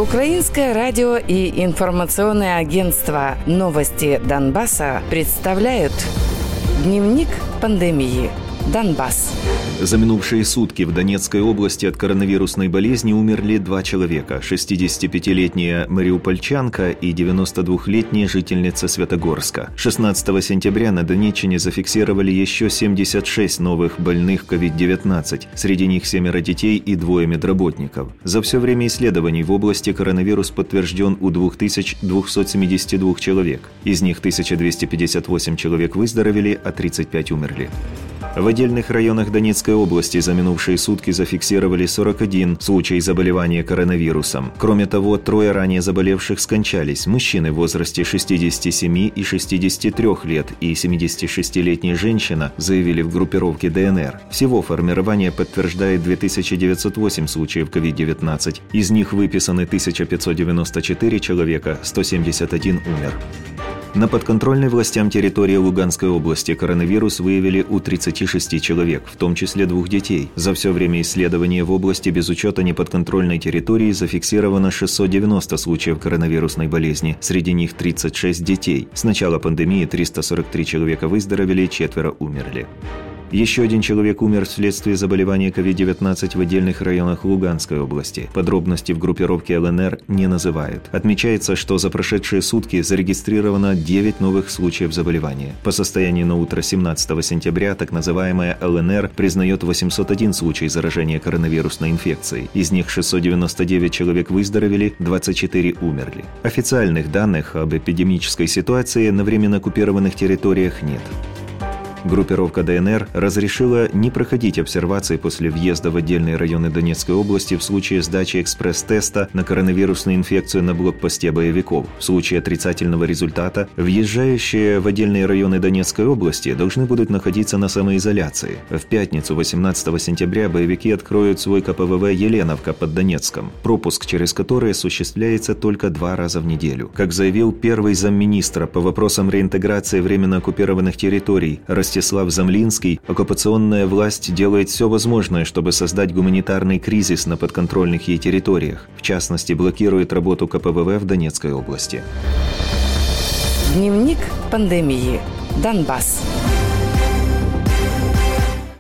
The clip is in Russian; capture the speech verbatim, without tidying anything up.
Украинское радио и информационное агентство «Новости Донбасса» представляют «Дневник пандемии. Донбасс». За минувшие сутки в Донецкой области от коронавирусной болезни умерли два человека – шестидесятипятилетняя мариупольчанка и девяностодвухлетняя жительница Святогорска. шестнадцатого сентября на Донеччине зафиксировали еще семьдесят шесть новых больных ковид девятнадцать. Среди них семеро детей и двое медработников. За все время исследований в области коронавирус подтвержден у две тысячи двести семьдесят два человек. Из них тысяча двести пятьдесят восемь человек выздоровели, а тридцать пять умерли. В отдельных районах Донецкой области за минувшие сутки зафиксировали сорок один случай заболевания коронавирусом. Кроме того, трое ранее заболевших скончались. Мужчины в возрасте шестидесяти семи и шестидесяти трёх лет и семидесятишестилетняя женщина, заявили в группировке ДНР. Всего формирование подтверждает две тысячи девятьсот восемь случаев ковид девятнадцать. Из них выписаны тысяча пятьсот девяносто четыре человека, сто семьдесят один умер. На подконтрольной властям территории Луганской области коронавирус выявили у тридцати шести человек, в том числе двух детей. За все время исследования в области без учета неподконтрольной территории зафиксировано шестьсот девяносто случаев коронавирусной болезни, среди них тридцать шесть детей. С начала пандемии триста сорок три человека выздоровели, четверо умерли. Еще один человек умер вследствие заболевания ковид девятнадцать в отдельных районах Луганской области. Подробности в группировке ЛНР не называют. Отмечается, что за прошедшие сутки зарегистрировано девять новых случаев заболевания. По состоянию на утро семнадцатого сентября так называемая ЛНР признает восемьсот один случай заражения коронавирусной инфекцией. Из них шестьсот девяносто девять человек выздоровели, двадцать четыре умерли. Официальных данных об эпидемической ситуации на временно оккупированных территориях нет. Группировка ДНР разрешила не проходить обсервации после въезда в отдельные районы Донецкой области в случае сдачи экспресс-теста на коронавирусную инфекцию на блокпосте боевиков. В случае отрицательного результата въезжающие в отдельные районы Донецкой области должны будут находиться на самоизоляции. В пятницу, восемнадцатого сентября, боевики откроют свой ка пэ вэ вэ «Еленовка» под Донецком, пропуск через который осуществляется только два раза в неделю. Как заявил первый замминистра по вопросам реинтеграции временно оккупированных территорий Ростислав Замлинский, оккупационная власть делает все возможное, чтобы создать гуманитарный кризис на подконтрольных ей территориях. В частности, блокирует работу ка пэ вэ вэ в Донецкой области. Дневник пандемии. Донбасс.